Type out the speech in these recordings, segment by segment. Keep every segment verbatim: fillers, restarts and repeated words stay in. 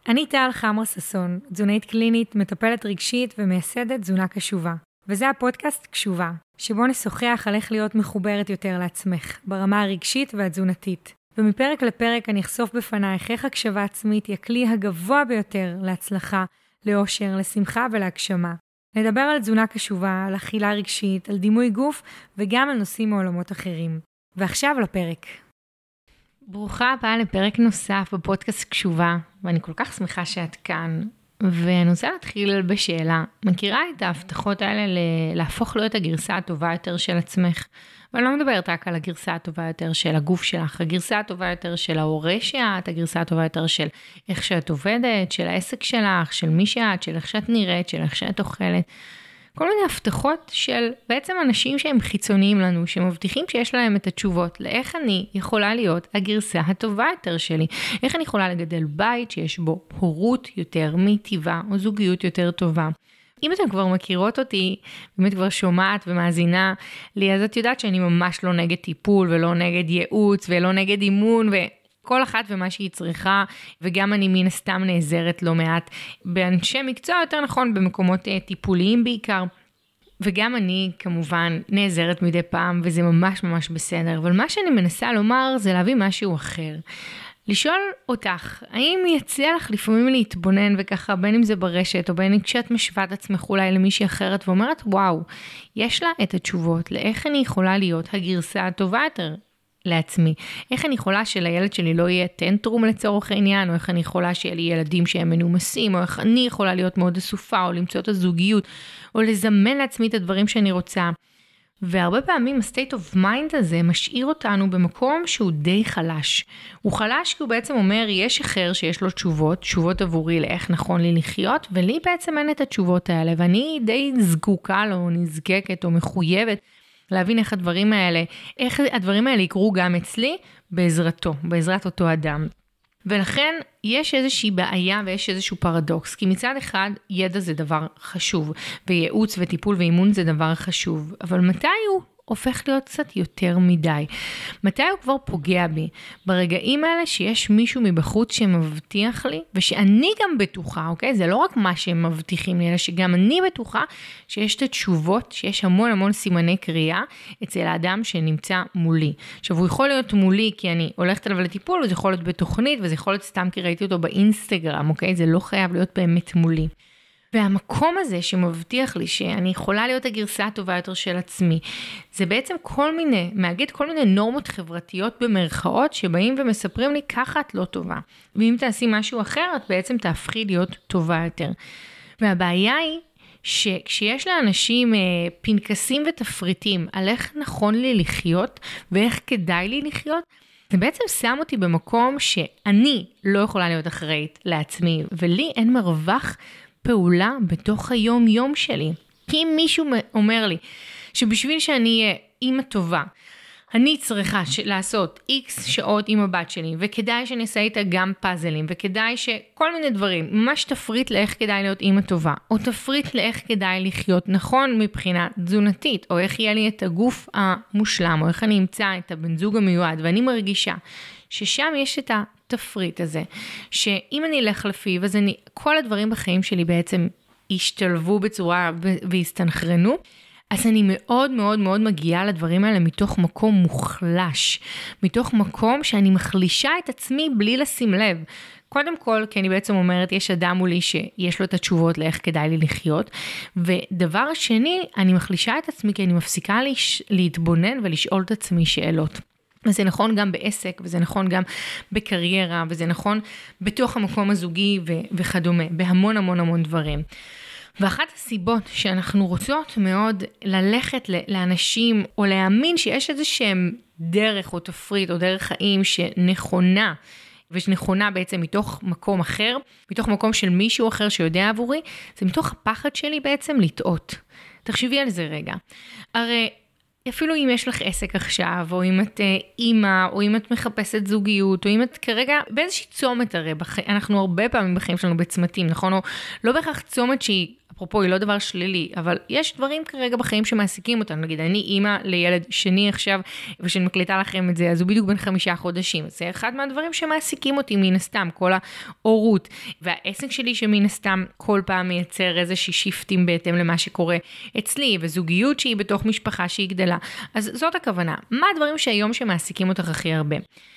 אני טל חמרה ששון, תזונאית קלינית, מטפלת רגשית ומייסדת תזונה קשובה. וזה הפודקאסט קשובה, שבו נשוחח על איך להיות מחוברת יותר לעצמך, ברמה הרגשית והתזונתית. ומפרק לפרק אני אחשוף בפנייך איך הקשבה עצמית היא הכלי הגבוה ביותר להצלחה, לאושר, לשמחה ולהגשמה. נדבר על תזונה קשובה, על אכילה רגשית, על דימוי גוף וגם על נושאים מעולמות אחרים. ועכשיו לפרק. ברוכה הבאה לפרק נוסף בפודקאסט קשובה, ואני כל כך שמחה שאת כאן. ואני רוצה להתחיל בשאלה, מכירה את ההבטחות האלה ל- להפוך להיות הגרסה הטובה יותר של עצמך? ואני לא מדברת רק על הגרסה הטובה יותר של הגוף שלך, הגרסה הטובה יותר של ההורה שאת, הגרסה הטובה יותר של איך שאת עובדת, של העסק שלך, של מי שאת, של איך שאת נראית, של איך שאת אוכלת. כל מיני הבטחות של בעצם אנשים שהם חיצוניים לנו, שמבטיחים שיש להם את התשובות לאיך אני יכולה להיות הגרסה הטובה יותר שלי, איך אני יכולה לגדל בית שיש בו הורות יותר מיטיבה או זוגיות יותר טובה. אם אתם כבר מכירות אותי, אם את כבר שומעת ומאזינה לי, אז את יודעת שאני ממש לא נגד טיפול ולא נגד ייעוץ ולא נגד אימון ו... כל אחת ומה שהיא צריכה, וגם אני מן הסתם נעזרת לא מעט באנשי מקצוע, יותר נכון במקומות טיפוליים בעיקר, וגם אני כמובן נעזרת מדי פעם, וזה ממש ממש בסדר, אבל מה שאני מנסה לומר זה להביא משהו אחר. לשאול אותך, האם יצא לך לפעמים להתבונן וככה, בין אם זה ברשת, או בין אם כשאת משווה את עצמך אולי למישהי אחרת, ואומרת וואו, יש לה את התשובות, לאיך אני יכולה להיות הגרסה הטובה יותר לעצמי. איך אני יכולה שלילד שלי לא יהיה טנטרום לצורך העניין, או איך אני יכולה שיהיה לי ילדים שהם מנומסים, או איך אני יכולה להיות מאוד אסופה, או למצוא את הזוגיות, או לזמן לעצמי את הדברים שאני רוצה. והרבה פעמים ה-state of mind הזה משאיר אותנו במקום שהוא די חלש. הוא חלש כי הוא בעצם אומר, יש אחר שיש לו תשובות, תשובות עבורי לאיך נכון לי לחיות, ולי בעצם אין את התשובות האלה, ואני די זקוקה לו, או נזקקת, או מחויבת, להבין איך הדברים האלה, איך הדברים האלה יקרו גם אצלי, בעזרתו, בעזרת אותו אדם. ולכן יש איזושהי בעיה ויש איזשהו פרדוקס, כי מצד אחד ידע זה דבר חשוב, וייעוץ וטיפול ואימון זה דבר חשוב, אבל מתי הוא הופך להיות קצת יותר מדי? מתי הוא כבר פוגע בי? ברגעים האלה שיש מישהו מבחוץ שמבטיח לי, ושאני גם בטוחה, אוקיי? זה לא רק מה שהם מבטיחים לי, אלא שגם אני בטוחה שיש את התשובות, שיש המון המון סימני קריאה אצל האדם שנמצא מולי. עכשיו, הוא יכול להיות מולי כי אני הולכת עליו לטיפול, וזה יכול להיות בתוכנית, וזה יכול להיות סתם כי ראיתי אותו באינסטגרם, אוקיי? זה לא חייב להיות באמת מולי. והמקום הזה שמבטיח לי שאני יכולה להיות הגרסה הטובה יותר של עצמי, זה בעצם כל מיני, מאגד כל מיני נורמות חברתיות במרכאות, שבאים ומספרים לי, ככה את לא טובה. ואם תעשי משהו אחר, את בעצם תהפכי להיות טובה יותר. והבעיה היא, שכשיש לאנשים אה, פנקסים ותפריטים, על איך נכון לי לחיות, ואיך כדאי לי לחיות, זה בעצם שם אותי במקום שאני לא יכולה להיות אחראית לעצמי, ולי אין מרווח פעולה בתוך היום יום שלי. כי אם מישהו אומר לי שבשביל שאני אהיה אימא טובה, אני צריכה לעשות איקס שעות עם הבת שלי, וכדאי שאני אעשה איתה גם פאזלים, וכדאי שכל מיני דברים, ממש תפריט לאיך כדאי להיות אימא טובה, או תפריט לאיך כדאי לחיות נכון מבחינה תזונתית, או איך יהיה לי את הגוף המושלם, או איך אני אמצא את הבן זוג המיועד, ואני מרגישה ששם יש את התפריט הזה, שאם אני אלך לפיו, אז אני, כל הדברים בחיים שלי בעצם ישתלבו בצורה והסתנכרנו, אז אני מאוד מאוד מאוד מגיעה לדברים האלה מתוך מקום מוחלש, מתוך מקום שאני מחלישה את עצמי בלי לשים לב. קודם כל, כי אני בעצם אומרת, יש אדם מולי שיש לו את התשובות לאיך כדאי לי לחיות, ודבר שני, אני מחלישה את עצמי כי אני מפסיקה להתבונן ולשאול את עצמי שאלות. וזה נכון גם בעסק, וזה נכון גם בקריירה, וזה נכון בתוך המקום הזוגי ו- וכדומה, בהמון המון המון דברים. ואחת הסיבות שאנחנו רוצות מאוד ללכת לאנשים, או להאמין שיש איזשהם דרך או תפריט או דרך חיים שנכונה, ושנכונה בעצם מתוך מקום אחר, מתוך מקום של מישהו אחר שיודע עבורי, זה מתוך הפחד שלי בעצם לטעות. תחשבי על זה רגע. הרי אפילו אם יש לך עסק עכשיו, או אם את אימא, או אם את מחפשת זוגיות, או אם את כרגע באיזושהי צומת, הרי בח... אנחנו הרבה פעמים בחיים שלנו בצמתים, נכון? או לא בהכרח צומת שהיא אפרופו, היא לא דבר שלילי, אבל יש דברים כרגע בחיים שמעסיקים אותנו. נגיד, אני אימא לילד שני עכשיו, ושאני מקליטה לכם את זה, אז הוא בדיוק בין חמישה חודשים. זה אחד מהדברים שמעסיקים אותי מן הסתם, כל ההורות. והעסק שלי שמן הסתם כל פעם מייצר איזושהי שיפטים בהתאם למה שקורה אצלי, וזוגיות שהיא בתוך משפחה שהיא גדלה. אז זאת הכוונה. מה הדברים שהיום שמעסיקים אותך הכי הרבה?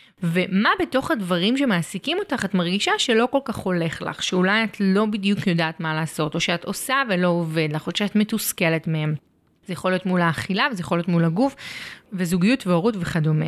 ומה בתוך הדברים שמעסיקים אותך את מרגישה שלא כל כך הולך לך, שאולי את לא בדיוק יודעת מה לעשות, או שאת עושה ולא עובד לך, או שאת מתוסכלת מהם. זה יכול להיות מול האכילה, וזה יכול להיות מול הגוף, וזוגיות והורות וכדומה.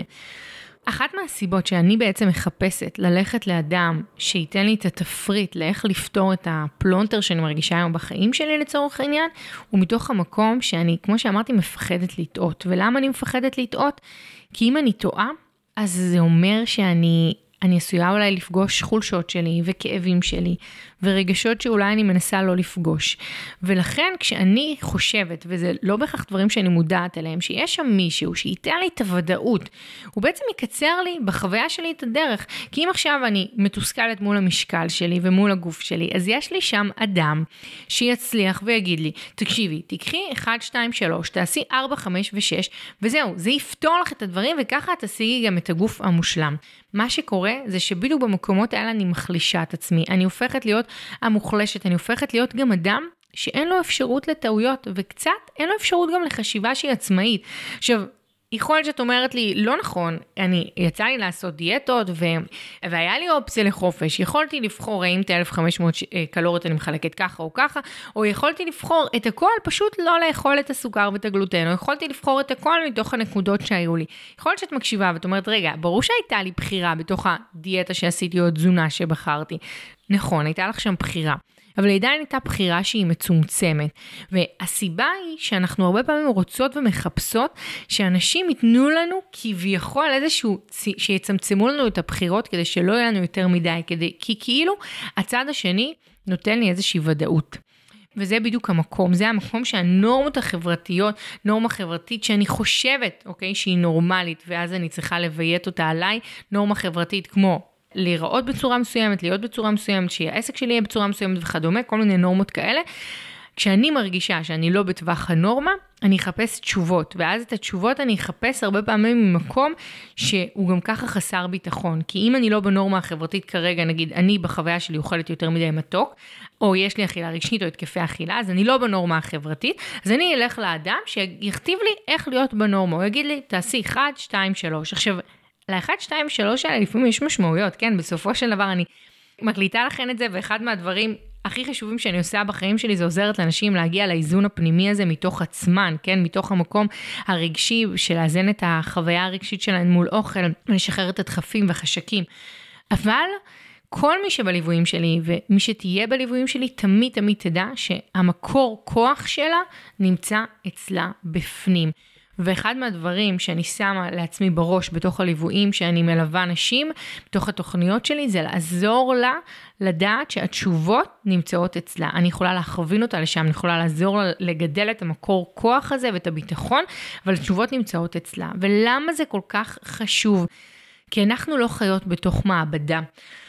אחת מהסיבות שאני בעצם מחפשת ללכת לאדם שייתן לי את התפריט לאיך לפתור את הפלונטר שאני מרגישה היום בחיים שלי לצורך העניין, הוא מתוך המקום שאני, כמו שאמרתי, מפחדת לטעות. ולמה אני מפחדת לטעות? כי אם אני טועה, אז זה אומר שאני אני עשויה אולי לפגוש חולשות שלי וכאבים שלי ורגשות שאולי אני מנסה לא לפגוש. ולכן כשאני חושבת, וזה לא בהכרח דברים שאני מודעת אליהם, שיש שם מישהו שייתן לי את הוודאות, הוא בעצם יקצר לי בחוויה שלי את הדרך. כי אם עכשיו אני מתוסכלת מול המשקל שלי ומול הגוף שלי, אז יש לי שם אדם שיצליח ויגיד לי, תקשיבי, תקחי אחת, שתיים, שלוש, תעשי ארבע, חמש ושש, וזהו, זה יפתור לך את הדברים, וככה תשיגי גם את הגוף המושלם. מה שקורה זה שבדיוק במקומות האלה אני מחלישה את עצמי, אני הופכת להיות המוחלשת, אני הופכת להיות גם אדם שאין לו אפשרות לטעויות, וקצת אין לו אפשרות גם לחשיבה שהיא עצמאית. עכשיו, יכול להיות שאת אומרת לי, לא נכון, אני יצא לי לעשות דיאטות, ו... והיה לי אופציה לחופש, יכולתי לבחור האם את אלף וחמש מאות קלוריות אני מחלקת ככה או ככה, או יכולתי לבחור את הכל, פשוט לא לאכול את הסוכר ואת הגלוטן, או יכולתי לבחור את הכל מתוך הנקודות שהיו לי. יכול להיות שאת מקשיבה ואת אומרת, רגע, ברור שהייתה לי בחירה בתוך הדיאטה שעשיתי או תזונה שבחרתי. נכון, הייתה לך שם בחירה. אבל עדיין הייתה בחירה שהיא מצומצמת. והסיבה היא שאנחנו הרבה פעמים רוצות ומחפשות שאנשים ייתנו לנו כביכול איזשהו, שיצמצמו לנו את הבחירות כדי שלא יהיה לנו יותר מדי, כדי, כי כאילו הצד השני נותן לי איזושהי ודאות. וזה בדיוק המקום, זה המקום שהנורמות החברתיות, נורמה חברתית שאני חושבת, אוקיי, שהיא נורמלית, ואז אני צריכה לביית אותה עליי, נורמה חברתית כמו להיראות בצורה מסוימת, להיות בצורה מסוימת, שהעסק שלי יהיה בצורה מסוימת וכדומה, כל מיני נורמות כאלה. כשאני מרגישה שאני לא בטווח הנורמה, אני אחפש תשובות, ואז את התשובות אני אחפש הרבה פעמים ממקום שהוא גם ככה חסר ביטחון, כי אם אני לא בנורמה החברתית כרגע, נגיד אני בחוויה שלי אוכלת יותר מדי מתוק, או יש לי אכילה רגשית או התקפי אכילה, אז אני לא בנורמה החברתית, אז אני אלך לאדם שיכתיב לי איך להיות בנורמה, הוא יגיד לי, תעשי אחת, שתיים, שלוש. עכשיו, לאחד, שתיים, שלוש האלה לפעמים יש משמעויות, כן? בסופו של דבר אני מקליטה לכן את זה, ואחד מהדברים הכי חשובים שאני עושה בחיים שלי, זה עוזרת לאנשים להגיע לאיזון הפנימי הזה מתוך עצמן, כן? מתוך המקום הרגשי, של לאזן את החוויה הרגשית שלהם מול אוכל, ולשחרר את הדחפים והחשקים. אבל כל מי שבליוויים שלי, ומי שתהיה בליוויים שלי, תמיד תמיד תדע שהמקור כוח שלה נמצא אצלה בפנים. ואחד מהדברים שאני שמה לעצמי בראש בתוך הליוויים שאני מלווה נשים, בתוך התוכניות שלי, זה לעזור לה לדעת שהתשובות נמצאות אצלה. אני יכולה להכווין אותה לשם, אני יכולה לעזור לה לגדל את המקור כוח הזה ואת הביטחון, אבל התשובות נמצאות אצלה. ולמה זה כל כך חשוב? כי אנחנו לא חיות בתוך מעבדה.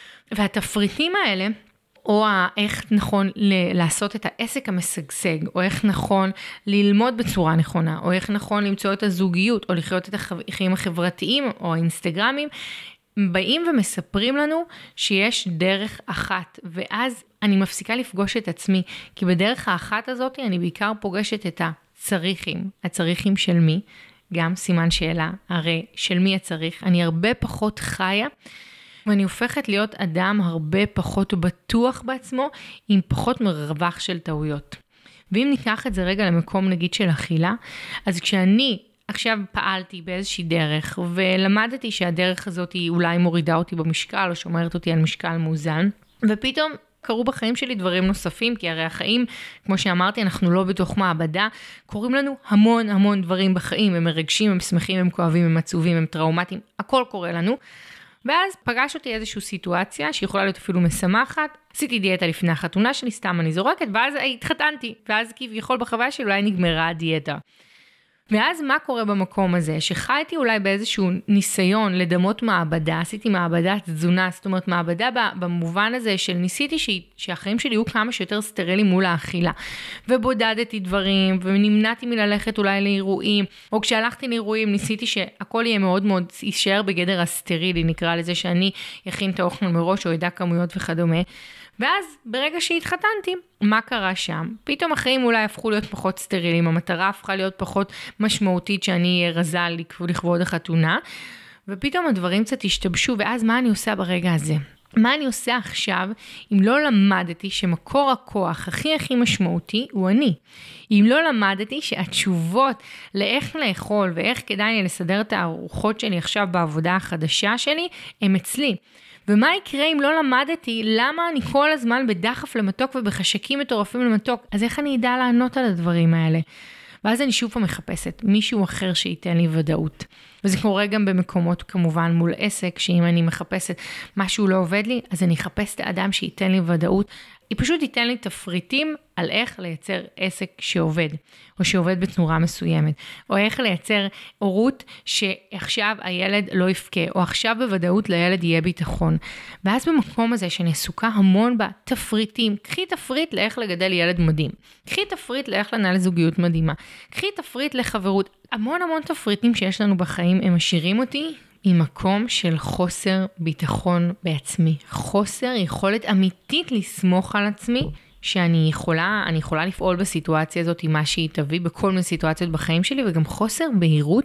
והתפריטים האלה, או איך נכון לעשות את העסק המשגשג, או איך נכון ללמוד בצורה נכונה, או איך נכון למצוא את הזוגיות, או לחיות את החיים החברתיים, או האינסטגרמים, באים ומספרים לנו שיש דרך אחת, ואז אני מפסיקה לפגוש את עצמי, כי בדרך האחת הזאת אני בעיקר פוגשת את הצריכים, הצריכים של מי, גם סימן שאלה, הרי של מי הצריך, אני הרבה פחות חיה, ואני הופכת להיות אדם הרבה פחות בטוח בעצמו, עם פחות מרווח של טעויות. ואם ניקח את זה רגע למקום נגיד של אכילה, אז כשאני עכשיו פעלתי באיזושהי דרך, ולמדתי שהדרך הזאת היא אולי מורידה אותי במשקל, או שומרת אותי על משקל מאוזן, ופתאום קרו בחיים שלי דברים נוספים, כי הרי החיים, כמו שאמרתי, אנחנו לא בתוך מעבדה, קוראים לנו המון המון דברים בחיים, הם מרגשים, הם שמחים, הם כואבים, הם עצובים, הם טראומטיים, הכל קורה לנו. ואז פגש אותי איזושהי סיטואציה שיכולה להיות אפילו משמחת, עשיתי דיאטה לפני החתונה שלי, סתם אני זורקת, ואז התחתנתי, ואז כביכול בחוויה שלי אולי נגמרה הדיאטה. ואז מה קורה במקום הזה? שחייתי אולי באיזשהו ניסיון לדמות מעבדה, עשיתי מעבדת תזונה, זאת אומרת מעבדה במובן הזה של ניסיתי ש... שהחיים שלי יהיו כמה שיותר סטרילים מול האכילה. ובודדתי דברים, ונמנעתי מללכת אולי לאירועים, או כשהלכתי לאירועים ניסיתי שהכל יהיה מאוד מאוד, יישאר בגדר הסטרילי, נקרא לזה שאני יכין את האוכל מראש, או ידע כמויות וכדומה. ואז ברגע שהתחתנתי, מה קרה שם? פתאום החיים אולי הפכו להיות פחות סטרילים, המטרה הפכה להיות פחות משמעותית שאני אהיה רזה לכבוד החתונה, ופתאום הדברים קצת השתבשו, ואז מה אני עושה ברגע הזה? מה אני עושה עכשיו אם לא למדתי שמקור הכוח הכי הכי משמעותי הוא אני? אם לא למדתי שהתשובות לאיך לאכול ואיך כדאי לי לסדר את הארוחות שלי עכשיו בעבודה החדשה שלי, הם אצלי. ומה יקרה אם לא למדתי למה אני כל הזמן בדחף למתוק ובחשקים מטורפים למתוק? אז איך אני אדע לענות על הדברים האלה? ואז אני שוב פעם מחפשת מישהו אחר שייתן לי ודאות. וזה קורה גם במקומות כמובן מול עסק, שאם אני מחפשת משהו לא עובד לי, אז אני אחפש את האדם שייתן לי ודאות. היא פשוט ייתן לי תפריטים על איך לייצר עסק שעובד, או שעובד בצורה מסוימת, או איך לייצר הורות שעכשיו הילד לא יפקה, או עכשיו בוודאות לילד יהיה ביטחון. ואז במקום הזה שאני עסוקה המון בתפריטים, קחי תפריט לאיך לגדל ילד מדהים, קחי תפריט לאיך לנהל זוגיות מדהימה, קחי תפריט לחברות, המון המון תפריטים שיש לנו בחיים, הם משאירים אותי ממקום של חוסר ביטחון בעצמי, חוסר יכולת אמיתית לסמוך על עצמי, שאני יכולה, אני יכולה לפעול בסיטואציה הזאת עם מה שהיא תביא בכל מיני סיטואציות בחיים שלי, וגם חוסר בהירות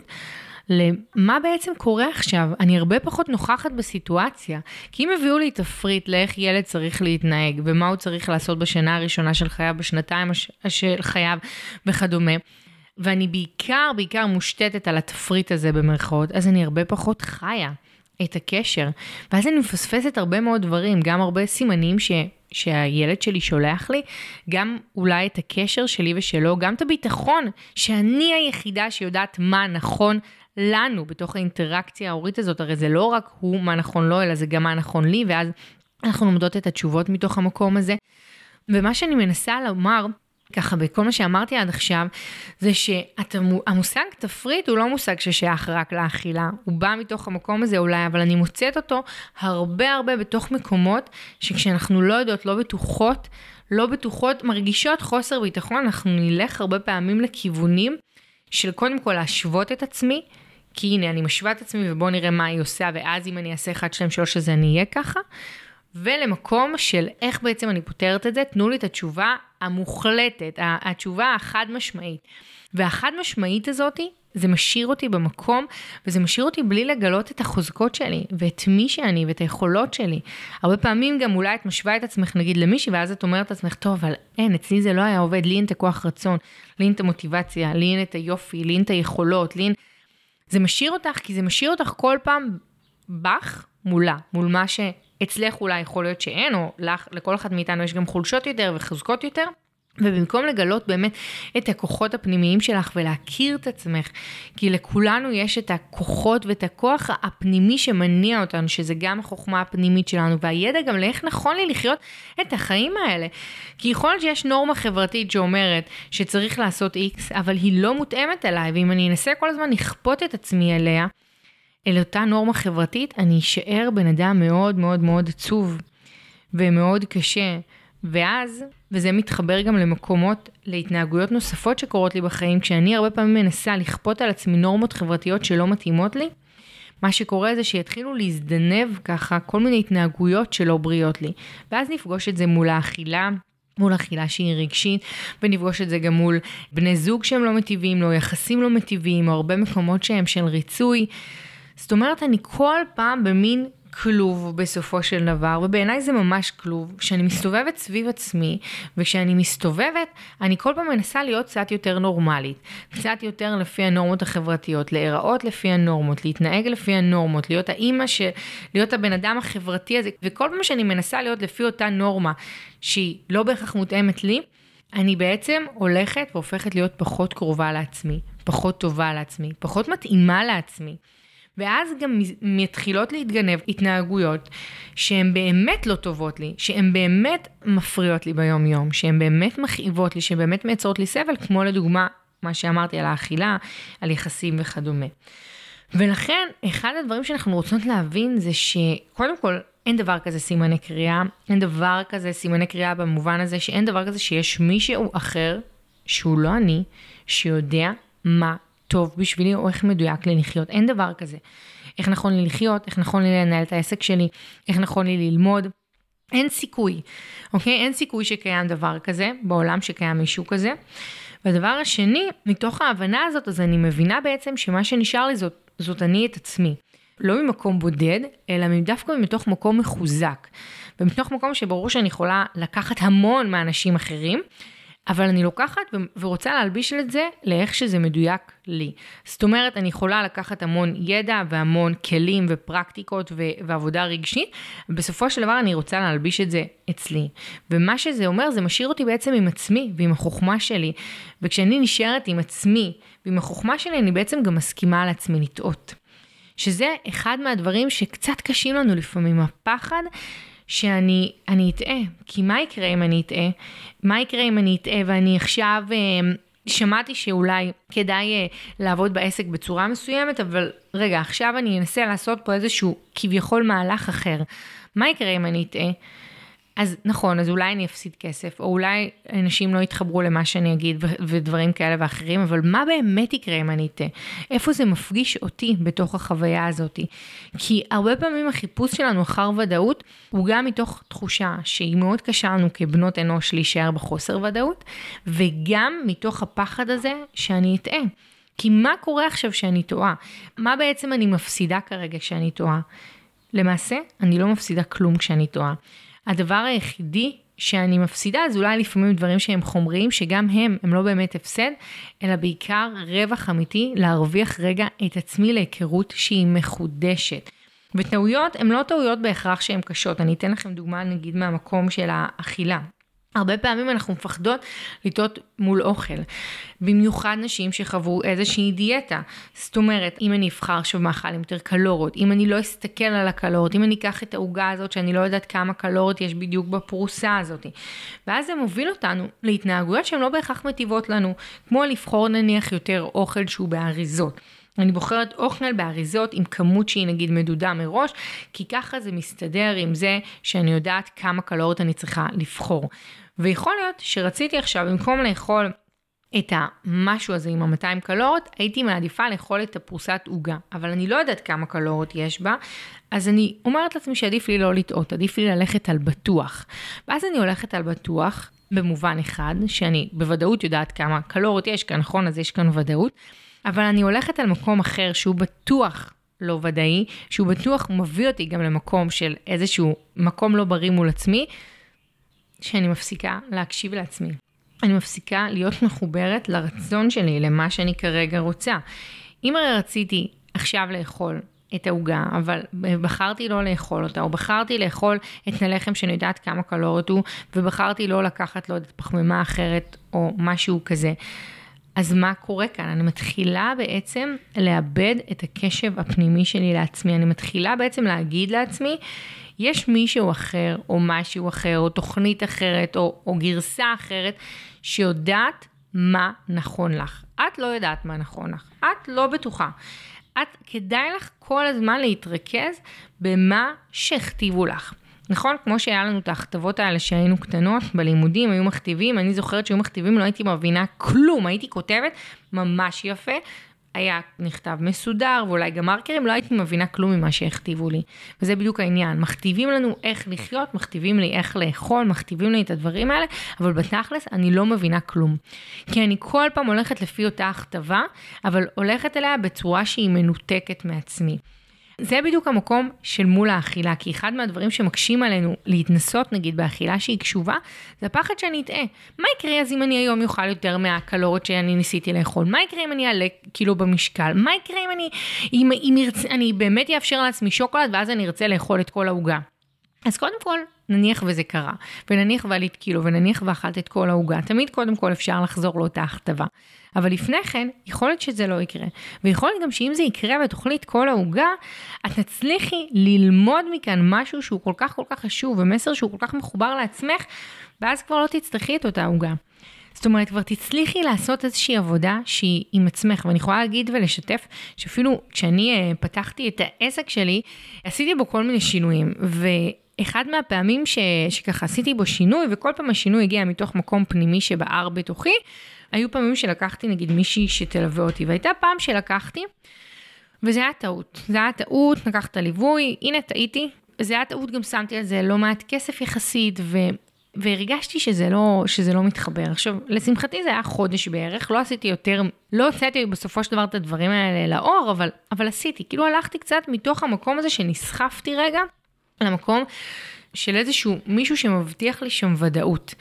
למה בעצם קורה עכשיו. אני הרבה פחות נוכחת בסיטואציה, כי אם הביאו לי תפריט לאיך ילד צריך להתנהג, ומה הוא צריך לעשות בשנה הראשונה של חייו, בשנתיים של חייו וכדומה, ואני בעיקר, בעיקר מושתתת על התפריט הזה במרכאות, אז אני הרבה פחות חיה את הקשר, ואז אני מפספסת הרבה מאוד דברים, גם הרבה סימנים ש, שהילד שלי שולח לי, גם אולי את הקשר שלי ושלו, גם את הביטחון, שאני היחידה שיודעת מה נכון לנו, בתוך האינטראקציה ההורית הזאת, הרי זה לא רק הוא מה נכון לו, אלא זה גם מה נכון לי, ואז אנחנו לומדות את התשובות מתוך המקום הזה, ומה שאני מנסה לומר, ככה בכל מה שאמרתי עד עכשיו, זה שהמושג תפריט הוא לא מושג ששייך רק לאכילה, הוא בא מתוך המקום הזה אולי, אבל אני מוצאת אותו הרבה הרבה בתוך מקומות, שכשאנחנו לא יודעות, לא בטוחות, לא בטוחות, מרגישות חוסר ביטחון, אנחנו נלך הרבה פעמים לכיוונים, של קודם כל להשוות את עצמי, כי הנה אני משווה את עצמי ובוא נראה מה היא עושה, ואז אם אני אעשה אחד, שתיים, שלוש, אז אני אהיה ככה, ולמקום של איך בעצם אני פותרת את זה, תנו לי את התשובה המוחלטת, התשובה החד משמעית. והחד משמעית הזאת, זה משאיר אותי במקום, וזה משאיר אותי בלי לגלות את החוזקות שלי, ואת מי שאני, ואת היכולות שלי. הרבה פעמים גם אולי את משווה את עצמך, נגיד למישהי, ואז את אומרת לעצמך, טוב, אבל אין, אצלי זה לא היה עובד, לי אין את הכוח רצון, לי אין את המוטיבציה, לי אין את היופי, לי אין את היכולות, לי אין... זה משאיר אותך, כי זה משאיר אותך כל פעם בך מולה, מול מה ש... אצלך אולי יכול להיות שאין, או לך, לכל אחד מאיתנו יש גם חולשות יותר וחזקות יותר, ובמקום לגלות באמת את הכוחות הפנימיים שלך ולהכיר את עצמך, כי לכולנו יש את הכוחות ואת הכוח הפנימי שמניע אותנו, שזה גם החוכמה הפנימית שלנו, והידע גם לאיך נכון לי לחיות את החיים האלה. כי יכול להיות שיש נורמה חברתית שאומרת שצריך לעשות איקס, אבל היא לא מותאמת אליי, ואם אני אנסה כל הזמן לכפות את עצמי אליה, אל אותה נורמה חברתית, אני אשאר בן אדם מאוד מאוד מאוד עצוב, ומאוד קשה, ואז, וזה מתחבר גם למקומות, להתנהגויות נוספות שקורות לי בחיים, כשאני הרבה פעמים מנסה לכפות על עצמי נורמות חברתיות שלא מתאימות לי, מה שקורה זה שיתחילו להזדנב ככה כל מיני התנהגויות שלא בריאות לי, ואז נפגוש את זה מול האכילה, מול אכילה שהיא רגשית, ונפגוש את זה גם מול בני זוג שהם לא מטיבים, לא יחסים לא מטיבים, או הרבה מקומות שהם של ריצוי. זאת אומרת, אני כל פעם במין כלוב בסופו של דבר, ובעיניי זה ממש כלוב, כשאני מסתובבת סביב עצמי, וכשאני מסתובבת, אני כל פעם מנסה להיות קצת יותר נורמלית, קצת יותר לפי הנורמות החברתיות, להיראות לפי הנורמות, להתנהג לפי הנורמות, להיות האמא, של, להיות הבן אדם החברתי הזה, וכל פעם שאני מנסה להיות לפי אותה נורמה, שהיא לא בהכרח מותאמת לי, אני בעצם הולכת והופכת להיות פחות קרובה לעצמי, פחות טובה לעצמי, פחות מתאימה לעצמי. ואז גם מתחילות להתגנב התנהגויות שהן באמת לא טובות לי, שהן באמת מפריעות לי ביום יום, שהן באמת מכאיבות לי, שהן באמת מייצרות לי סבל, כמו לדוגמה מה שאמרתי על האכילה, על יחסים וכדומה. ולכן, אחד הדברים שאנחנו רוצות להבין זה שקודם כל, אין דבר כזה סימני קריאה, אין דבר כזה סימני קריאה במובן הזה, שאין דבר כזה שיש מישהו אחר, שהוא לא אני, שיודע מה טוב בשבילי, או איך מדויק לי לחיות. אין דבר כזה. איך נכון לי לחיות, איך נכון לי לנהל את העסק שלי, איך נכון לי ללמוד. אין סיכוי, אוקיי? אין סיכוי שקיים דבר כזה, בעולם שקיים מישהו כזה. והדבר השני, מתוך ההבנה הזאת, אז אני מבינה בעצם שמה שנשאר לי זאת, זאת אני את עצמי. לא ממקום בודד, אלא דווקא מתוך מקום מחוזק. ומתוך מקום שברור שאני יכולה לקחת המון מאנשים אחרים, אבל אני לוקחת ורוצה להלביש את זה לאיך שזה מדויק לי. זאת אומרת, אני יכולה לקחת המון ידע והמון כלים ופרקטיקות ועבודה רגשית, ובסופו של דבר אני רוצה להלביש את זה אצלי. ומה שזה אומר, זה משאיר אותי בעצם עם עצמי ועם החוכמה שלי. וכשאני נשארת עם עצמי ועם החוכמה שלי, אני בעצם גם מסכימה על עצמי לטעות. שזה אחד מהדברים שקצת קשים לנו לפעמים, הפחד, שאני אני אטעה, כי מה יקרה אם אני אטעה? מה יקרה אם אני אטעה ואני עכשיו אה, שמעתי שאולי כדאי אה, לעבוד בעסק בצורה מסוימת, אבל רגע, עכשיו אני אנסה לעשות פה איזשהו כביכול מהלך אחר. מה יקרה אם אני אטעה? אז נכון, אז אולי אני אפסיד כסף, או אולי אנשים לא יתחברו למה שאני אגיד ו- ודברים כאלה ואחרים, אבל מה באמת יקרה אם אני אטעה? איפה זה מפגיש אותי בתוך החוויה הזאת? כי הרבה פעמים החיפוש שלנו אחר ודאות, הוא גם מתוך תחושה שהיא מאוד קשה לנו כבנות אנוש להישאר בחוסר ודאות, וגם מתוך הפחד הזה שאני אטעה. כי מה קורה עכשיו שאני טועה? מה בעצם אני מפסידה כרגע כשאני טועה? למעשה, אני לא מפסידה כלום כשאני טועה. הדבר היחידי שאני מפסידה, אז אולי לפעמים דברים שהם חומריים, שגם הם, הם לא באמת הפסד, אלא בעיקר רווח אמיתי, להרוויח רגע את עצמי להיכרות שהיא מחודשת. וטעויות הן לא טעויות בהכרח שהן קשות. אני אתן לכם דוגמה נגיד מהמקום של האכילה. הרבה פעמים אנחנו מפחדות לטעות מול אוכל, במיוחד נשים שחוו איזושהי דיאטה. זאת אומרת, אם אני אבחר עכשיו מאכל עם יותר קלוריות, אם אני לא אסתכל על הקלוריות, אם אני אקח את העוגה הזאת שאני לא יודעת כמה קלוריות יש בדיוק בפרוסה הזאת. ואז זה מוביל אותנו להתנהגויות שהן לא בהכרח מטיבות לנו, כמו לבחור נניח יותר אוכל שהוא באריזות. אני בוחרת אוכל באריזות עם כמות שהיא נגיד מדודה מראש, כי ככה זה מסתדר עם זה שאני יודעת כמה קלוריות אני צריכה לבחור. ויכול להיות שרציתי עכשיו, במקום לאכול את המשהו הזה עם ה-מאתיים קלוריות, הייתי מעדיפה לאכול את הפרוסת עוגה, אבל אני לא יודעת כמה קלוריות יש בה, אז אני אומרת לעצמי שעדיף לי לא לטעות, עדיף לי ללכת על בטוח. ואז אני הולכת על בטוח, במובן אחד, שאני בוודאות יודעת כמה קלוריות יש כאן, נכון? אז יש כאן ודאות, אבל אני הולכת על מקום אחר שהוא בטוח לא ודאי, שהוא בטוח מביא אותי גם למקום של איזשהו מקום לא בריא מול עצמי, שאני מפסיקה להקשיב לעצמי. אני מפסיקה להיות מחוברת לרצון שלי, למה שאני כרגע רוצה. אם הרי רציתי עכשיו לאכול את העוגה, אבל בחרתי לא לאכול אותה, או בחרתי לאכול את הלחם שאני יודעת כמה קלוריות הוא, ובחרתי לא לקחת לו את פחמימה אחרת, או משהו כזה. אז מה קורה כאן? אני מתחילה בעצם לאבד את הקשב הפנימי שלי לעצמי. אני מתחילה בעצם להגיד לעצמי, יש מישהו אחר, או משהו אחר, או תוכנית אחרת, או, או גרסה אחרת, שיודעת מה נכון לך. את לא יודעת מה נכון לך. את לא בטוחה. את, כדאי לך כל הזמן להתרכז במה שהכתיבו לך. נכון? כמו שהיה לנו את ההכתבות האלה שהיינו קטנות בלימודים, היו מכתיבים, אני זוכרת שהיו מכתיבים, לא הייתי מבינה כלום, הייתי כותבת ממש יפה, היה נכתב מסודר, ואולי גם מרקרים, לא הייתי מבינה כלום ממה שהכתיבו לי. וזה בדיוק העניין, מכתיבים לנו איך לחיות, מכתיבים לי איך לאכול, מכתיבים לי את הדברים האלה, אבל בתכלס אני לא מבינה כלום. כי אני כל פעם הולכת לפי אותה הכתבה, אבל הולכת אליה בצורה שהיא מנותקת מעצמי. זה בדיוק המקום של מול האכילה, כי אחד מהדברים שמקשים עלינו להתנסות נגיד באכילה שהיא קשובה, זה הפחד שאני אטעה. מה יקרה אז אם אני היום יאכל יותר מהקלוריות שאני ניסיתי לאכול? מה יקרה אם אני אעלה קילו במשקל? מה יקרה אם אני, אם, אם ירצ... אני באמת יאפשר לעצמי שוקולד ואז אני ארצה לאכול את כל העוגה? אז קודם כל, נניח וזה קרה, ונניח ועלית קילו, ונניח ואכלת את כל העוגה, תמיד קודם כל אפשר לחזור לאותה הכתבה. אבל לפני כן, יכול להיות שזה לא יקרה. ויכול להיות גם שאם זה יקרה ותאכלי את כל העוגה, את תצליחי ללמוד מכאן משהו שהוא כל כך כל כך חשוב, ומסר שהוא כל כך מחובר לעצמך, ואז כבר לא תצטרכי את אותה עוגה. זאת אומרת, כבר תצליחי לעשות איזושהי עבודה שהיא עם עצמך, ואני יכולה להגיד ולשתף שאפילו כשאני פתחתי את העסק שלי, עשיתי בו כל מיני שינויים, ואחד מהפעמים ש... שככה עשיתי בו שינוי, וכל פעם השינוי הגיע מתוך מקום פנימי שבער בתוכי, היו פעמים שלקחתי נגיד מישהי שתלווה אותי, והייתה פעם שלקחתי, וזה היה טעות, זה היה טעות, לקחת ליווי, הנה טעיתי, זה היה טעות, גם שמתי על זה לא מעט כסף יחסית, ו... והרגשתי שזה לא, שזה לא מתחבר. עכשיו, לשמחתי זה היה חודש בערך, לא עשיתי יותר, לא הוצאתי בסופו של דבר את הדברים האלה לאור, אבל, אבל עשיתי, כאילו הלכתי קצת מתוך המקום הזה שנסחפתי רגע, למקום של איזשהו מישהו שמבטיח לי שם ודאות.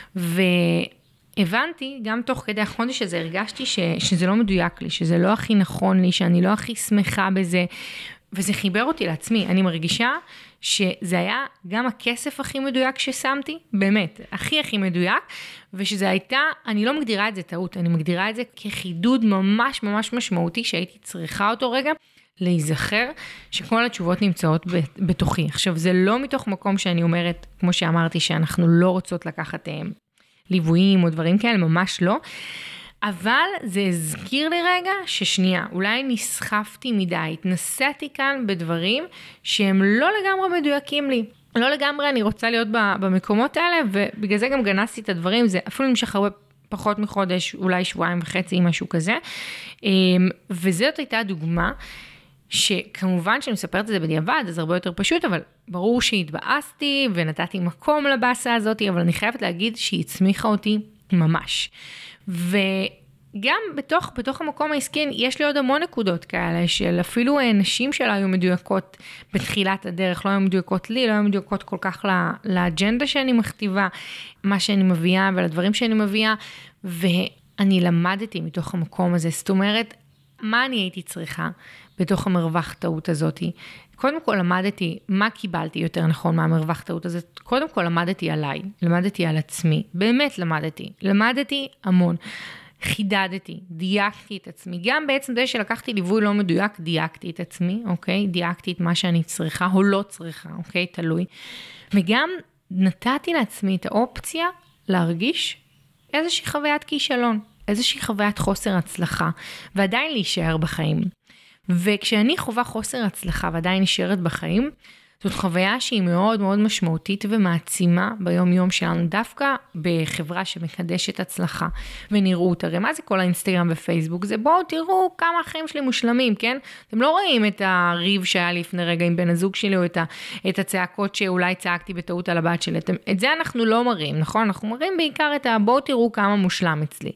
והבנתי, גם תוך כדי החודש הזה, הרגשתי ש, שזה לא מדויק לי, שזה לא הכי נכון לי, שאני לא הכי שמחה בזה, וזה חיבר אותי לעצמי. אני מרגישה שזה היה גם הכסף הכי מדויק ששמתי, באמת, הכי הכי מדויק, ושזה הייתה, אני לא מגדירה את זה טעות, אני מגדירה את זה כחידוד ממש ממש משמעותי, שהייתי צריכה אותו רגע, להיזכר שכל התשובות נמצאות בתוכי. עכשיו, זה לא מתוך מקום שאני אומרת, כמו שאמרתי, שאנחנו לא רוצות לקחת ליוויים או דברים כאלה, ממש לא, אבל זה הזכיר לי רגע ששנייה, אולי נסחפתי מדי, התנסיתי כאן בדברים שהם לא לגמרי מדויקים לי. לא לגמרי אני רוצה להיות במקומות האלה, ובגלל זה גם גנסתי את הדברים, זה אפילו נמשך הרבה פחות מחודש, אולי שבועיים וחצי, משהו כזה. וזאת הייתה דוגמה, שכמובן שאני מספרת את זה בדיעבד, אז הרבה יותר פשוט, אבל ברור שהתבאסתי ונתתי מקום לבאסה הזאת, אבל אני חייבת להגיד שהיא הצמיחה אותי ממש. וגם בתוך, בתוך המקום העסקי, יש לי עוד המון נקודות כאלה, של אפילו נשים שלה היו מדויקות בתחילת הדרך, לא היו מדויקות לי, לא היו מדויקות כל כך לאג'נדה שאני מכתיבה, מה שאני מביאה ולדברים שאני מביאה, ואני למדתי מתוך המקום הזה, זאת אומרת, מה אני הייתי צריכה בתוך המרווח טעות הזאת? קודם כל למדתי מה קיבלתי יותר נכון מהמרווח טעות הזאת, קודם כל למדתי עליי, למדתי על עצמי, באמת למדתי, למדתי המון, חידדתי, דייקתי את עצמי, גם בעצם זה שלקחתי ליווי לא מדויק, דייקתי את עצמי, אוקיי? דייקתי את מה שאני צריכה או לא צריכה, אוקיי? תלוי. וגם נתתי לעצמי את האופציה להרגיש איזושהי חוויית כישלון, איזושהי חוויית חוסר הצלחה, ועדיין להישאר בחיים. וכשאני חווה חוסר הצלחה ועדיין נשארת בחיים, זאת חוויה שהיא מאוד מאוד משמעותית ומעצימה ביום יום שלנו, דווקא בחברה שמקדשת הצלחה ונראות. הרי מה זה כל האינסטגרם ופייסבוק? זה בואו תראו כמה החיים שלי מושלמים, כן? אתם לא רואים את הריב שהיה לי לפני רגע עם בן הזוג שלי, או את, ה, את הצעקות שאולי צעקתי בטעות על הבת שלי. אתם, את זה אנחנו לא מראים, נכון? אנחנו מראים בעיקר את ה, בואו תראו כמה מושלם אצלי.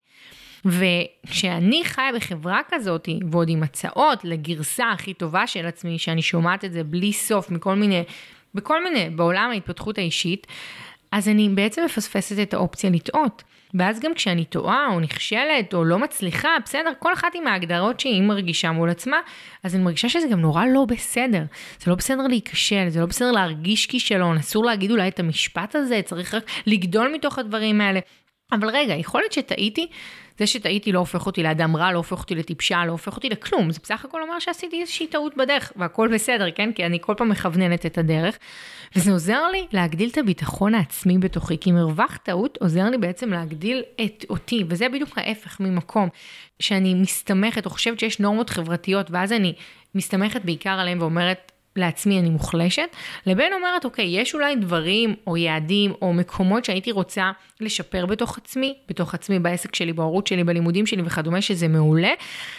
וכשאני חיה בחברה כזאת, ועוד עם הצעות לגרסה הכי טובה של עצמי, שאני שומעת את זה בלי סוף, מכל מיני, בכל מיני, בעולם ההתפתחות האישית, אז אני בעצם מפספסת את האופציה לטעות. ואז גם כשאני טועה, או נכשלת, או לא מצליחה, בסדר, כל אחת עם ההגדרות שהיא מרגישה מול עצמה, אז אני מרגישה שזה גם נורא לא בסדר. זה לא בסדר להיכשל, זה לא בסדר להרגיש כישלון, אסור להגיד אולי את המשפט הזה, צריך רק לגדול מתוך הדברים האלה. אבל רגע, יכול להיות שטעיתי, זה שטעיתי לא הופך אותי לאדם רע, לא הופך אותי לטיפשה, לא הופך אותי לכלום. זה בסך הכל אומר שעשיתי איזושהי טעות בדרך, והכל בסדר, כן? כי אני כל פעם מכווננת את הדרך. וזה עוזר לי להגדיל את הביטחון העצמי בתוכי, כי מרווח טעות עוזר לי בעצם להגדיל את אותי, וזה בדיוק ההפך ממקום שאני מסתמכת, או חושבת שיש נורמות חברתיות, ואז אני מסתמכת בעיקר עליהם ואומרת, לעצמי אני מוחלשת, לבין אומרת, אוקיי, יש אולי דברים או יעדים או מקומות שהייתי רוצה לשפר בתוך עצמי, בתוך עצמי בעסק שלי, בהורות שלי, בלימודים שלי וכדומה, שזה מעולה,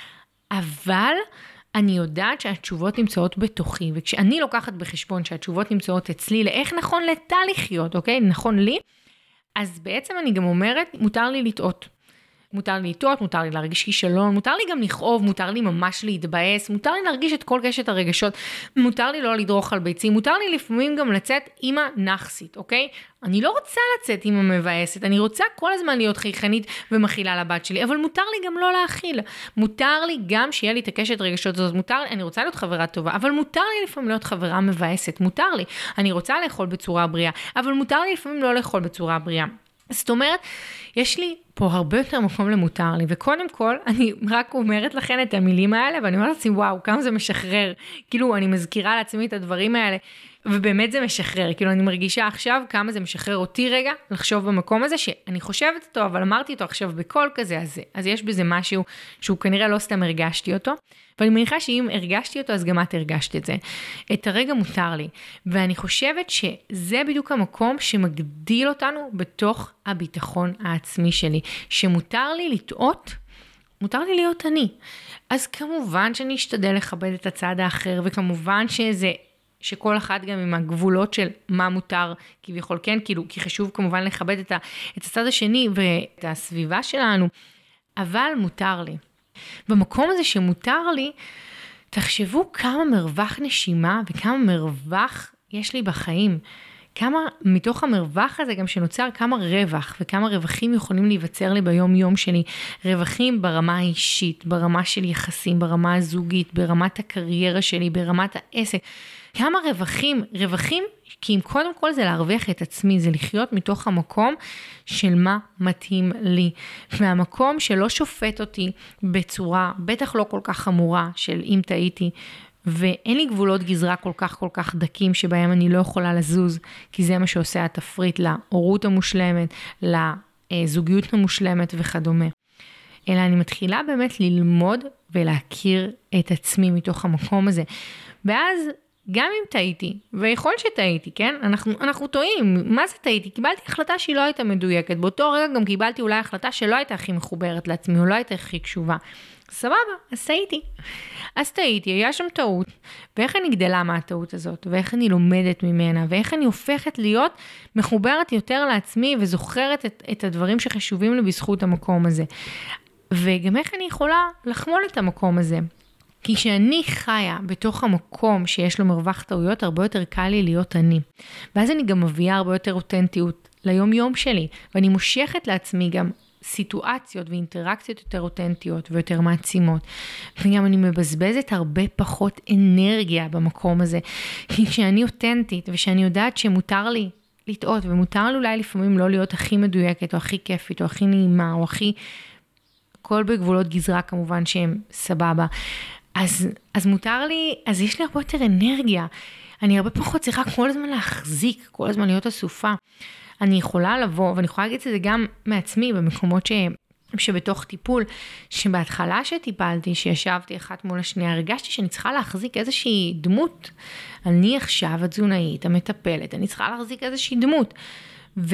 אבל אני יודעת שהתשובות נמצאות בתוכי, וכשאני לוקחת בחשבון שהתשובות נמצאות אצלי, לאיך נכון לטע לחיות, אוקיי? נכון לי, אז בעצם אני גם אומרת, מותר לי לטעות. מותר לי לטעות, מותר לי להרגיש כישלון, מותר לי גם לכאוב, מותר לי ממש להתבאס, מותר לי להרגיש את כל קשת הרגשות, מותר לי לא לדרוך על ביצים, מותר לי לפעמים גם לצאת אימא נחסית, אוקיי? אני לא רוצה לצאת אימא מבאסת, אני רוצה כל הזמן להיות חייכנית ומכילה לבת שלי, אבל מותר לי גם לא להכיל, מותר לי גם שיהיה לי את הקשת הרגשות הזאת, מותר לי, אני רוצה להיות חברה טובה, אבל מותר לי לפעמים להיות חברה מבאסת, מותר לי, אני רוצה לאכול בצורה בריאה, אבל מותר לי לפעמים לא לאכול בצורה בריאה. זאת אומרת, יש לי פה הרבה יותר מקום למותר לי, וקודם כל, אני רק אומרת לכן את המילים האלה, ואני אומרת לעצמי, וואו, כמה זה משחרר, כאילו, אני מזכירה לעצמי את הדברים האלה, ובאמת זה משחרר, כאילו אני מרגישה עכשיו כמה זה משחרר אותי רגע, לחשוב במקום הזה שאני חושבת אותו, אבל אמרתי אותו עכשיו בקול כזה, אז, אז יש בזה משהו שהוא כנראה לא סתם הרגשתי אותו, ואני מניחה שאם הרגשתי אותו, אז גם את הרגשת את זה. את הרגע מותר לי, ואני חושבת שזה בדיוק המקום שמגדיל אותנו בתוך הביטחון העצמי שלי, שמותר לי לטעות, מותר לי להיות אני. אז כמובן שאני אשתדל לכבד את הצד האחר, וכמובן שזה, שכל אחד גם עם הגבולות של מה מותר, כביכול כן, כאילו, כי חשוב כמובן לכבד את, ה, את הצד השני ואת הסביבה שלנו, אבל מותר לי. במקום הזה שמותר לי, תחשבו כמה מרווח נשימה וכמה מרווח יש לי בחיים. כמה מתוך המרווח הזה גם שנוצר כמה רווח וכמה רווחים יכולים להיווצר לי ביום יום שלי. רווחים ברמה האישית, ברמה של יחסים, ברמה הזוגית, ברמת הקריירה שלי, ברמת העסק. כמה רווחים, רווחים, כי אם קודם כל זה להרוויח את עצמי, זה לחיות מתוך המקום של מה מתאים לי. מהמקום שלא שופט אותי בצורה, בטח לא כל כך חמורה של אם טעיתי, ואין לי גבולות גזרה כל כך כל כך דקים שבהם אני לא יכולה לזוז, כי זה מה שעושה התפריט להורות המושלמת, לזוגיות המושלמת וכדומה. אלא אני מתחילה באמת ללמוד ולהכיר את עצמי מתוך המקום הזה. ואז גם אם טעיתי, ויכול שטעיתי, כן? אנחנו, אנחנו טועים. מה זה טעיתי? קיבלתי החלטה שהיא לא הייתה מדויקת. באותו רגע גם קיבלתי אולי החלטה שלא הייתה הכי מחוברת לעצמי, או לא הייתה הכי קשובה. סבבה, אז טעיתי. אז טעיתי, היה שם טעות. ואיך אני גדלה מהטעות הזאת? ואיך אני לומדת ממנה? ואיך אני הופכת להיות מחוברת יותר לעצמי, וזוכרת את, את הדברים שחשובים לי בזכות המקום הזה. וגם איך אני יכולה לחמול את המקום הזה? כי כשאני חיה בתוך המקום שיש לו מרווח טעויות, הרבה יותר קל לי להיות אני. ואז אני גם מביאה הרבה יותר אותנטיות ליום יום שלי, ואני מושכת לעצמי גם סיטואציות ואינטראקציות יותר אותנטיות ויותר מעצימות. וגם אני מבזבזת הרבה פחות אנרגיה במקום הזה. כי כשאני אותנטית ושאני יודעת שמותר לי לטעות, ומותר לי אולי לפעמים לא להיות הכי מדויקת או הכי כיפית או הכי נעימה או הכי, כל בגבולות גזרה כמובן שהם סבבה. אז, אז מותר לי, אז יש לי הרבה יותר אנרגיה. אני הרבה פחות צריכה כל הזמן להחזיק, כל הזמן להיות אסופה. אני יכולה לבוא, ואני יכולה להגיד את זה גם מעצמי, במקומות ש, שבתוך טיפול, שבהתחלה שטיפלתי, שישבתי אחת מול השנייה, הרגשתי שאני צריכה להחזיק איזושהי דמות. אני עכשיו התזונאית, המטפלת, אני צריכה להחזיק איזושהי דמות. ו...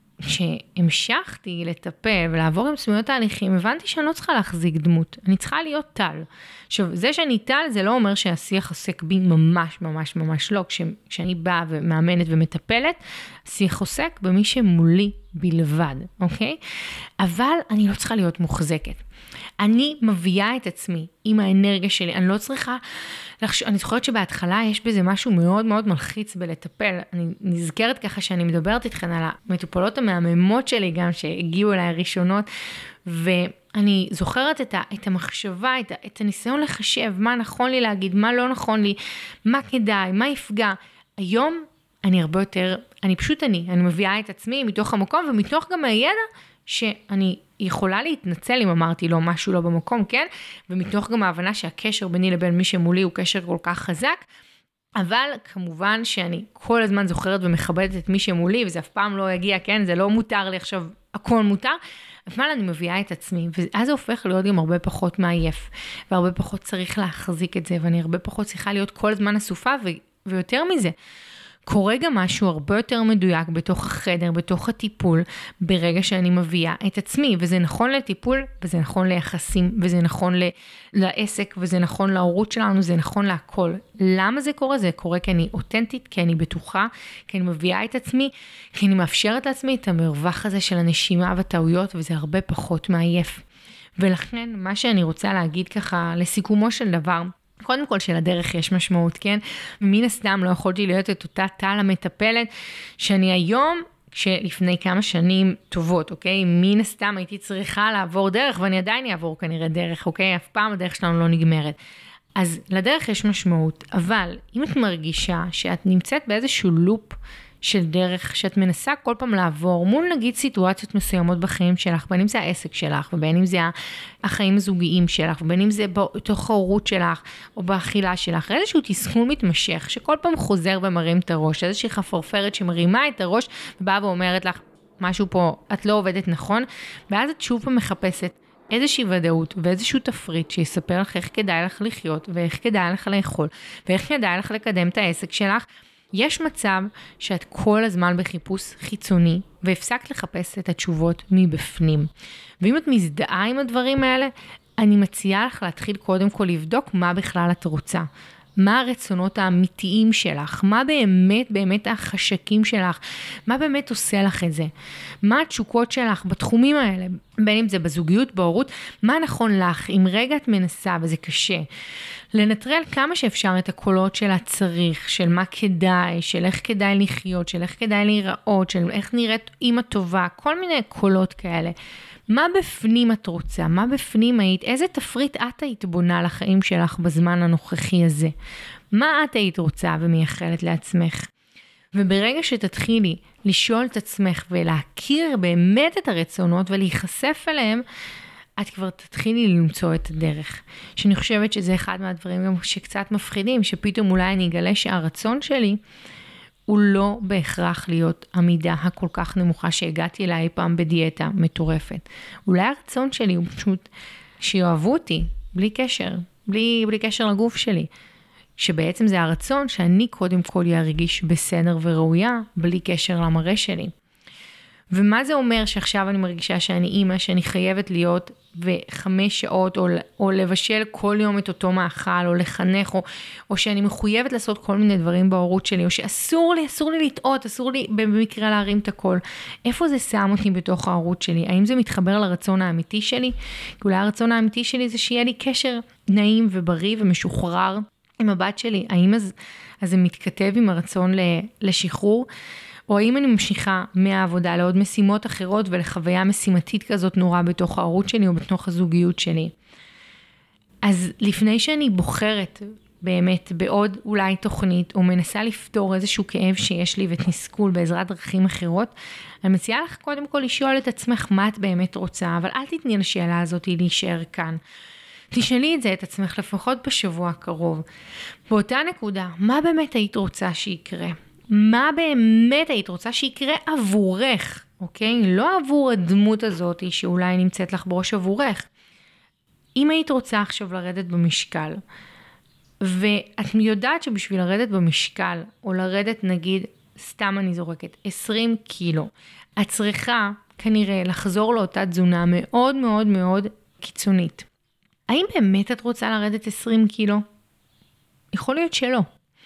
כשהמשכתי לטפל ולעבור עם סמויות תהליכים, הבנתי שאני לא צריכה להחזיק דמות, אני צריכה להיות טל. עכשיו, זה שאני טל, זה לא אומר שהשיח עוסק בי ממש ממש ממש לא. כש, כשאני באה ומאמנת ומטפלת, השיח עוסק במי שמולי בלבד, אוקיי? אבל אני לא צריכה להיות מוחזקת. אני מביאה את עצמי עם האנרגיה שלי, אני לא צריכה, אני זוכרת שבהתחלה יש בזה משהו מאוד מאוד מלחיץ בלטפל, אני נזכרת ככה שאני מדברת איתכן על המטופלות המהממות שלי גם שהגיעו אליי הראשונות, ואני זוכרת את, ה, את המחשבה, את, ה, את הניסיון לחשב, מה נכון לי להגיד, מה לא נכון לי, מה כדאי, מה יפגע. היום אני הרבה יותר, אני פשוט אני, אני מביאה את עצמי מתוך המקום ומתוך גם הידע שאני יכולה להתנצל אם אמרתי לו משהו לא במקום, כן? ומתוך גם ההבנה שהקשר ביני לבין מי שמולי הוא קשר כל כך חזק, אבל כמובן שאני כל הזמן זוכרת ומכבדת את מי שמולי, וזה אף פעם לא יגיע, כן? זה לא מותר לי עכשיו, הכל מותר, אבל אני מביאה את עצמי, ואז זה הופך להיות גם הרבה פחות מעייף, והרבה פחות צריך להחזיק את זה, ואני הרבה פחות צריכה להיות כל הזמן אסופה, ו- ויותר מזה, קורה גם משהו הרבה יותר מדויק בתוך החדר, בתוך הטיפול, ברגע שאני מביאה את עצמי, וזה נכון לטיפול, וזה נכון ליחסים, וזה נכון ל- לעסק, וזה נכון להורות שלנו, זה נכון להכל. למה זה קורה? זה קורה כי אני אותנטית, כי אני בטוחה, כי אני מביאה את עצמי, כי אני מאפשרת לעצמי את המרווח הזה של הנשימה וטעויות, וזה הרבה פחות מעייף. ולכן, מה שאני רוצה להגיד ככה, לסיכומו של דבר, קודם כל שלדרך יש משמעות, כן? ומן הסתם לא יכולתי להיות את אותה טל המטפלת, שאני היום, שלפני כמה שנים טובות, אוקיי? מן הסתם הייתי צריכה לעבור דרך, ואני עדיין אעבור כנראה דרך, אוקיי? אף פעם הדרך שלנו לא נגמרת. אז לדרך יש משמעות, אבל אם את מרגישה שאת נמצאת באיזשהו לופ, של דרך שאת מנסה כל פעם לעבור מול נגיד סיטואציות מסוימות בחיים שלך, בין אם זה העסק שלך, ובין אם זה החיים הזוגיים שלך, ובין אם זה בתוך ההורות שלך, או באכילה שלך, איזשהו תסכול מתמשך, שכל פעם חוזר ומרים את הראש, איזושהי חפרפרת שמרימה את הראש, ובאה ואומרת לך, משהו פה, את לא עובדת נכון, ואז את שוב פעם מחפשת איזושהי ודאות ואיזשהו תפריט שיספר לך איך כדאי לך לחיות, ואיך כדאי לך לאכול, ואיך כדאי לך לקדם את העסק שלך. יש מצב שאת כל הזמן בחיפוש חיצוני, והפסקת לחפש את התשובות מבפנים. ואם את מזדהה עם הדברים האלה, אני מציעה לך להתחיל קודם כל לבדוק מה בכלל את רוצה. מה הרצונות האמיתיים שלך, מה באמת באמת החשקים שלך, מה באמת עושה לך את זה, מה התשוקות שלך בתחומים האלה, בין אם זה בזוגיות, בהורות, מה נכון לך, אם רגע את מנסה וזה קשה, לנטרל כמה שאפשר את הקולות של הצריך, של מה כדאי, של איך כדאי לחיות, של איך כדאי להיראות, של איך נראית אימא טובה, כל מיני קולות כאלה. מה בפנים את רוצה? מה בפנים היית? איזה תפריט את היית בונה לחיים שלך בזמן הנוכחי הזה? מה את היית רוצה ומייחלת לעצמך? וברגע שתתחילי לשאול את עצמך ולהכיר באמת את הרצונות ולהיחשף אליהם, את כבר תתחילי למצוא את הדרך. שאני חושבת שזה אחד מהדברים גם שקצת מפחידים, שפתאום אולי אני אגלה שהרצון שלי הוא לא בהכרח להיות המידה הכל כך נמוכה שהגעתי אליי פעם בדיאטה מטורפת. אולי הרצון שלי הוא פשוט שיאהבו אותי, בלי קשר, בלי, בלי קשר לגוף שלי. שבעצם זה הרצון שאני קודם כל ירגיש בסדר וראויה, בלי קשר למראה שלי. ומה זה אומר שעכשיו אני מרגישה שאני אימא, שאני חייבת להיות וחמש שעות, או, או לבשל כל יום את אותו מאכל, או לחנך, או, או שאני מחויבת לעשות כל מיני דברים בהורות שלי, או שאסור לי, אסור לי לטעות, אסור לי במקרה להרים את הכל. איפה זה שם אותי בתוך ההורות שלי? האם זה מתחבר לרצון האמיתי שלי? כי אולי הרצון האמיתי שלי זה שיהיה לי קשר נעים ובריא ומשוחרר עם הבת שלי. האם אז, אז זה מתכתב עם הרצון לשחרור? או האם אני ממשיכה מהעבודה לעוד משימות אחרות ולחוויה משימתית כזאת נורא בתוך ההורות שלי או בתוך הזוגיות שלי. אז לפני שאני בוחרת באמת בעוד אולי תוכנית או מנסה לפתור איזשהו כאב שיש לי ותסכול בעזרת דרכים אחרות, אני מציעה לך קודם כל לשאול את עצמך מה את באמת רוצה, אבל אל תתני לשאלה הזאת להישאר כאן. תשאלי את זה את עצמך לפחות בשבוע הקרוב. באותה נקודה, מה באמת היית רוצה שיקרה? מה באמת היית רוצה שיקרה עבורך, אוקיי? לא עבור הדמות הזאת שאולי נמצאת לך בראש עבורך. אם היית רוצה עכשיו לרדת במשקל, ואת יודעת שבשביל לרדת במשקל, או לרדת נגיד, סתם אני זורקת, עשרים קילו, את צריכה כנראה לחזור לאותה תזונה מאוד מאוד מאוד קיצונית. האם באמת את רוצה לרדת עשרים קילו? יכול להיות שלא.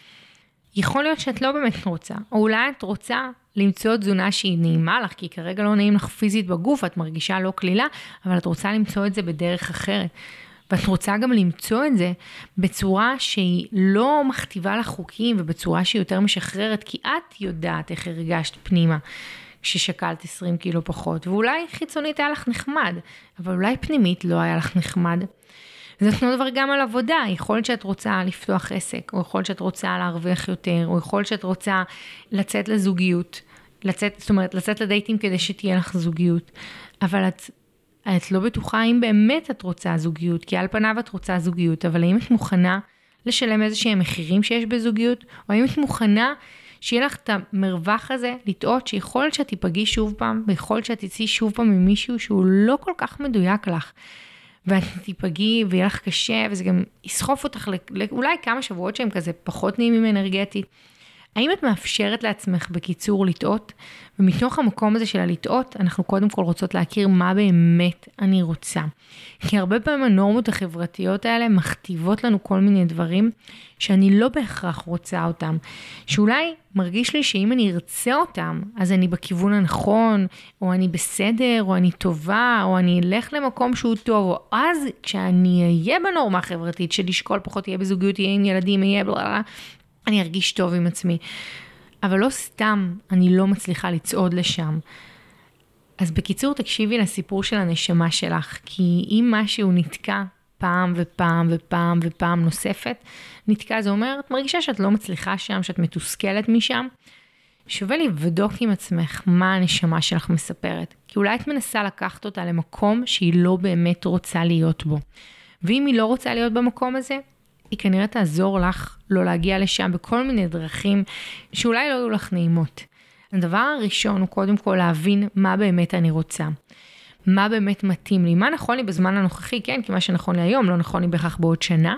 יכול להיות שאת לא באמת רוצה, או אולי את רוצה למצוא תזונה שהיא נעימה לך, כי כרגע לא נעים לך פיזית בגוף, את מרגישה לא כלילה, אבל את רוצה למצוא את זה בדרך אחרת. ואת רוצה גם למצוא את זה בצורה שהיא לא מכתיבה לך חוקים, ובצורה שהיא יותר משחררת, כי את יודעת איך הרגשת פנימה כששקלת עשרים קילו פחות, ואולי חיצונית היה לך נחמד, אבל אולי פנימית לא היה לך נחמד. זה אותו דבר גם על עבודה, יכול להיות שאת רוצה לפתוח עסק, או יכול להיות שאת רוצה להרוויח יותר, או יכול להיות שאת רוצה לצאת לזוגיות, לצאת, זאת אומרת, לצאת לדייטים כדי שתהיה לך זוגיות, אבל את, את לא בטוחה אם באמת את רוצה זוגיות, כי על פניו את רוצה זוגיות, אבל האם את מוכנה לשלם איזשהם מחירים שיש בזוגיות, או האם את מוכנה שיהיה לך את המרווח הזה, לטעות שיכול להיות שאת תיפגעי שוב פעם, ויכול להיות שאת תצאי שוב פעם ממישהו שהוא לא כל כך מדויק לך, ואת תיפגעי ויהיה לך קשה, וזה גם יסחוף אותך לאולי כמה שבועות שהם כזה פחות נעימים אנרגטית. האם את מאפשרת לעצמך בקיצור לטעות? ומתוך המקום הזה של הלטעות, אנחנו קודם כל רוצות להכיר מה באמת אני רוצה. כי הרבה פעמים הנורמות החברתיות האלה מכתיבות לנו כל מיני דברים שאני לא בהכרח רוצה אותם. שאולי מרגיש לי שאם אני ארצה אותם, אז אני בכיוון הנכון, או אני בסדר, או אני טובה, או אני אלך למקום שהוא טוב, או אז כשאני אהיה בנורמה החברתית של לשקול פחות, יהיה בזוגיות, יהיה עם ילדים, יהיה בללה, אני ארגיש טוב עם עצמי. אבל לא סתם אני לא מצליחה לצעוד לשם. אז בקיצור תקשיבי לסיפור של הנשמה שלך, כי אם משהו נתקע פעם ופעם ופעם ופעם נוספת, נתקע זה אומר, את מרגישה שאת לא מצליחה שם, שאת מתוסכלת משם, שווה לבדוק עם עצמך מה הנשמה שלך מספרת. כי אולי את מנסה לקחת אותה למקום שהיא לא באמת רוצה להיות בו. ואם היא לא רוצה להיות במקום הזה, היא כנראה תעזור לך לא להגיע לשם בכל מיני דרכים שאולי לא יהיו לך נעימות. הדבר הראשון הוא קודם כל להבין מה באמת אני רוצה. מה באמת מתאים לי, מה נכון לי בזמן הנוכחי, כן, כי מה שנכון לי היום לא נכון לי בהכרח בעוד שנה.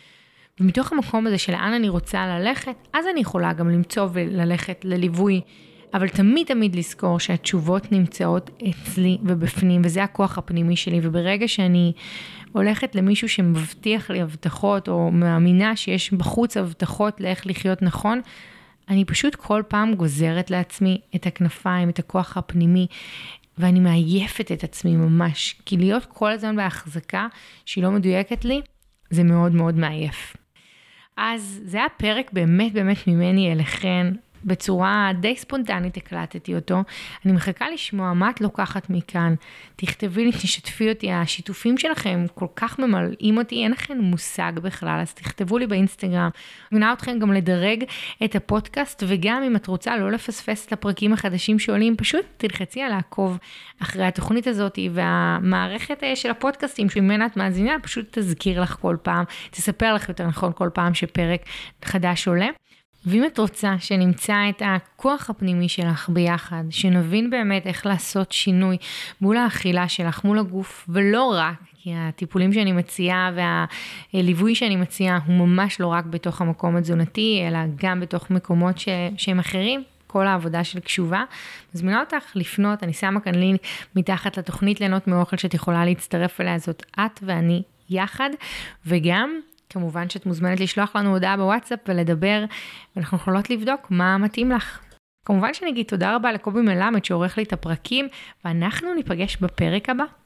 ומתוך המקום הזה שלאן אני רוצה ללכת, אז אני יכולה גם למצוא וללכת לליווי, אבל תמיד תמיד לזכור שהתשובות נמצאות אצלי ובפנים, וזה הכוח הפנימי שלי, וברגע שאני הולכת למישהו שמבטיח לי הבטחות, או מאמינה שיש בחוץ הבטחות לאיך לחיות נכון, אני פשוט כל פעם גוזרת לעצמי את הכנפיים, את הכוח הפנימי, ואני מעייפת את עצמי ממש, כי להיות כל הזמן בהחזקה שהיא לא מדויקת לי, זה מאוד מאוד מעייף. אז זה היה פרק באמת באמת ממני אליכן, בצורה די ספונטנית הקלטתי אותו. אני מחכה לשמוע מה את לוקחת מכאן. תכתבי לי, תשתפי אותי, השיתופים שלכם כל כך ממלאים אותי, אין לכם מושג בכלל, אז תכתבו לי באינסטגרם. אני מבינה אתכם גם לדרג את הפודקאסט, וגם אם את רוצה לא לפספס את הפרקים החדשים שעולים, פשוט תלחצי על לעקוב אחרי התוכנית הזאת, והמערכת של הפודקאסטים שממנה את מאזינה, פשוט תזכיר לך כל פעם, תספר לך יותר נכון כל פעם שפרק חדש עולה. ואם את רוצה שנמצא את הכוח הפנימי שלך ביחד, שנבין באמת איך לעשות שינוי מול האכילה שלך, מול הגוף, ולא רק, כי הטיפולים שאני מציעה והליווי שאני מציעה הוא ממש לא רק בתוך המקום התזונתי, אלא גם בתוך מקומות ש... שהם אחרים, כל העבודה של קשובה. מזמינה אותך לפנות, אני שמה כאן לינק מתחת לתוכנית ליהנות מאוכל שאת יכולה להצטרף אליה, זאת את ואני יחד, וגם כמובן שאת מוזמנת לשלוח לנו הודעה בוואטסאפ ולדבר, ואנחנו יכולות לבדוק מה מתאים לך. כמובן שאני אגיד תודה רבה לקובי מלמד שעורך לי את הפרקים, ואנחנו ניפגש בפרק הבא.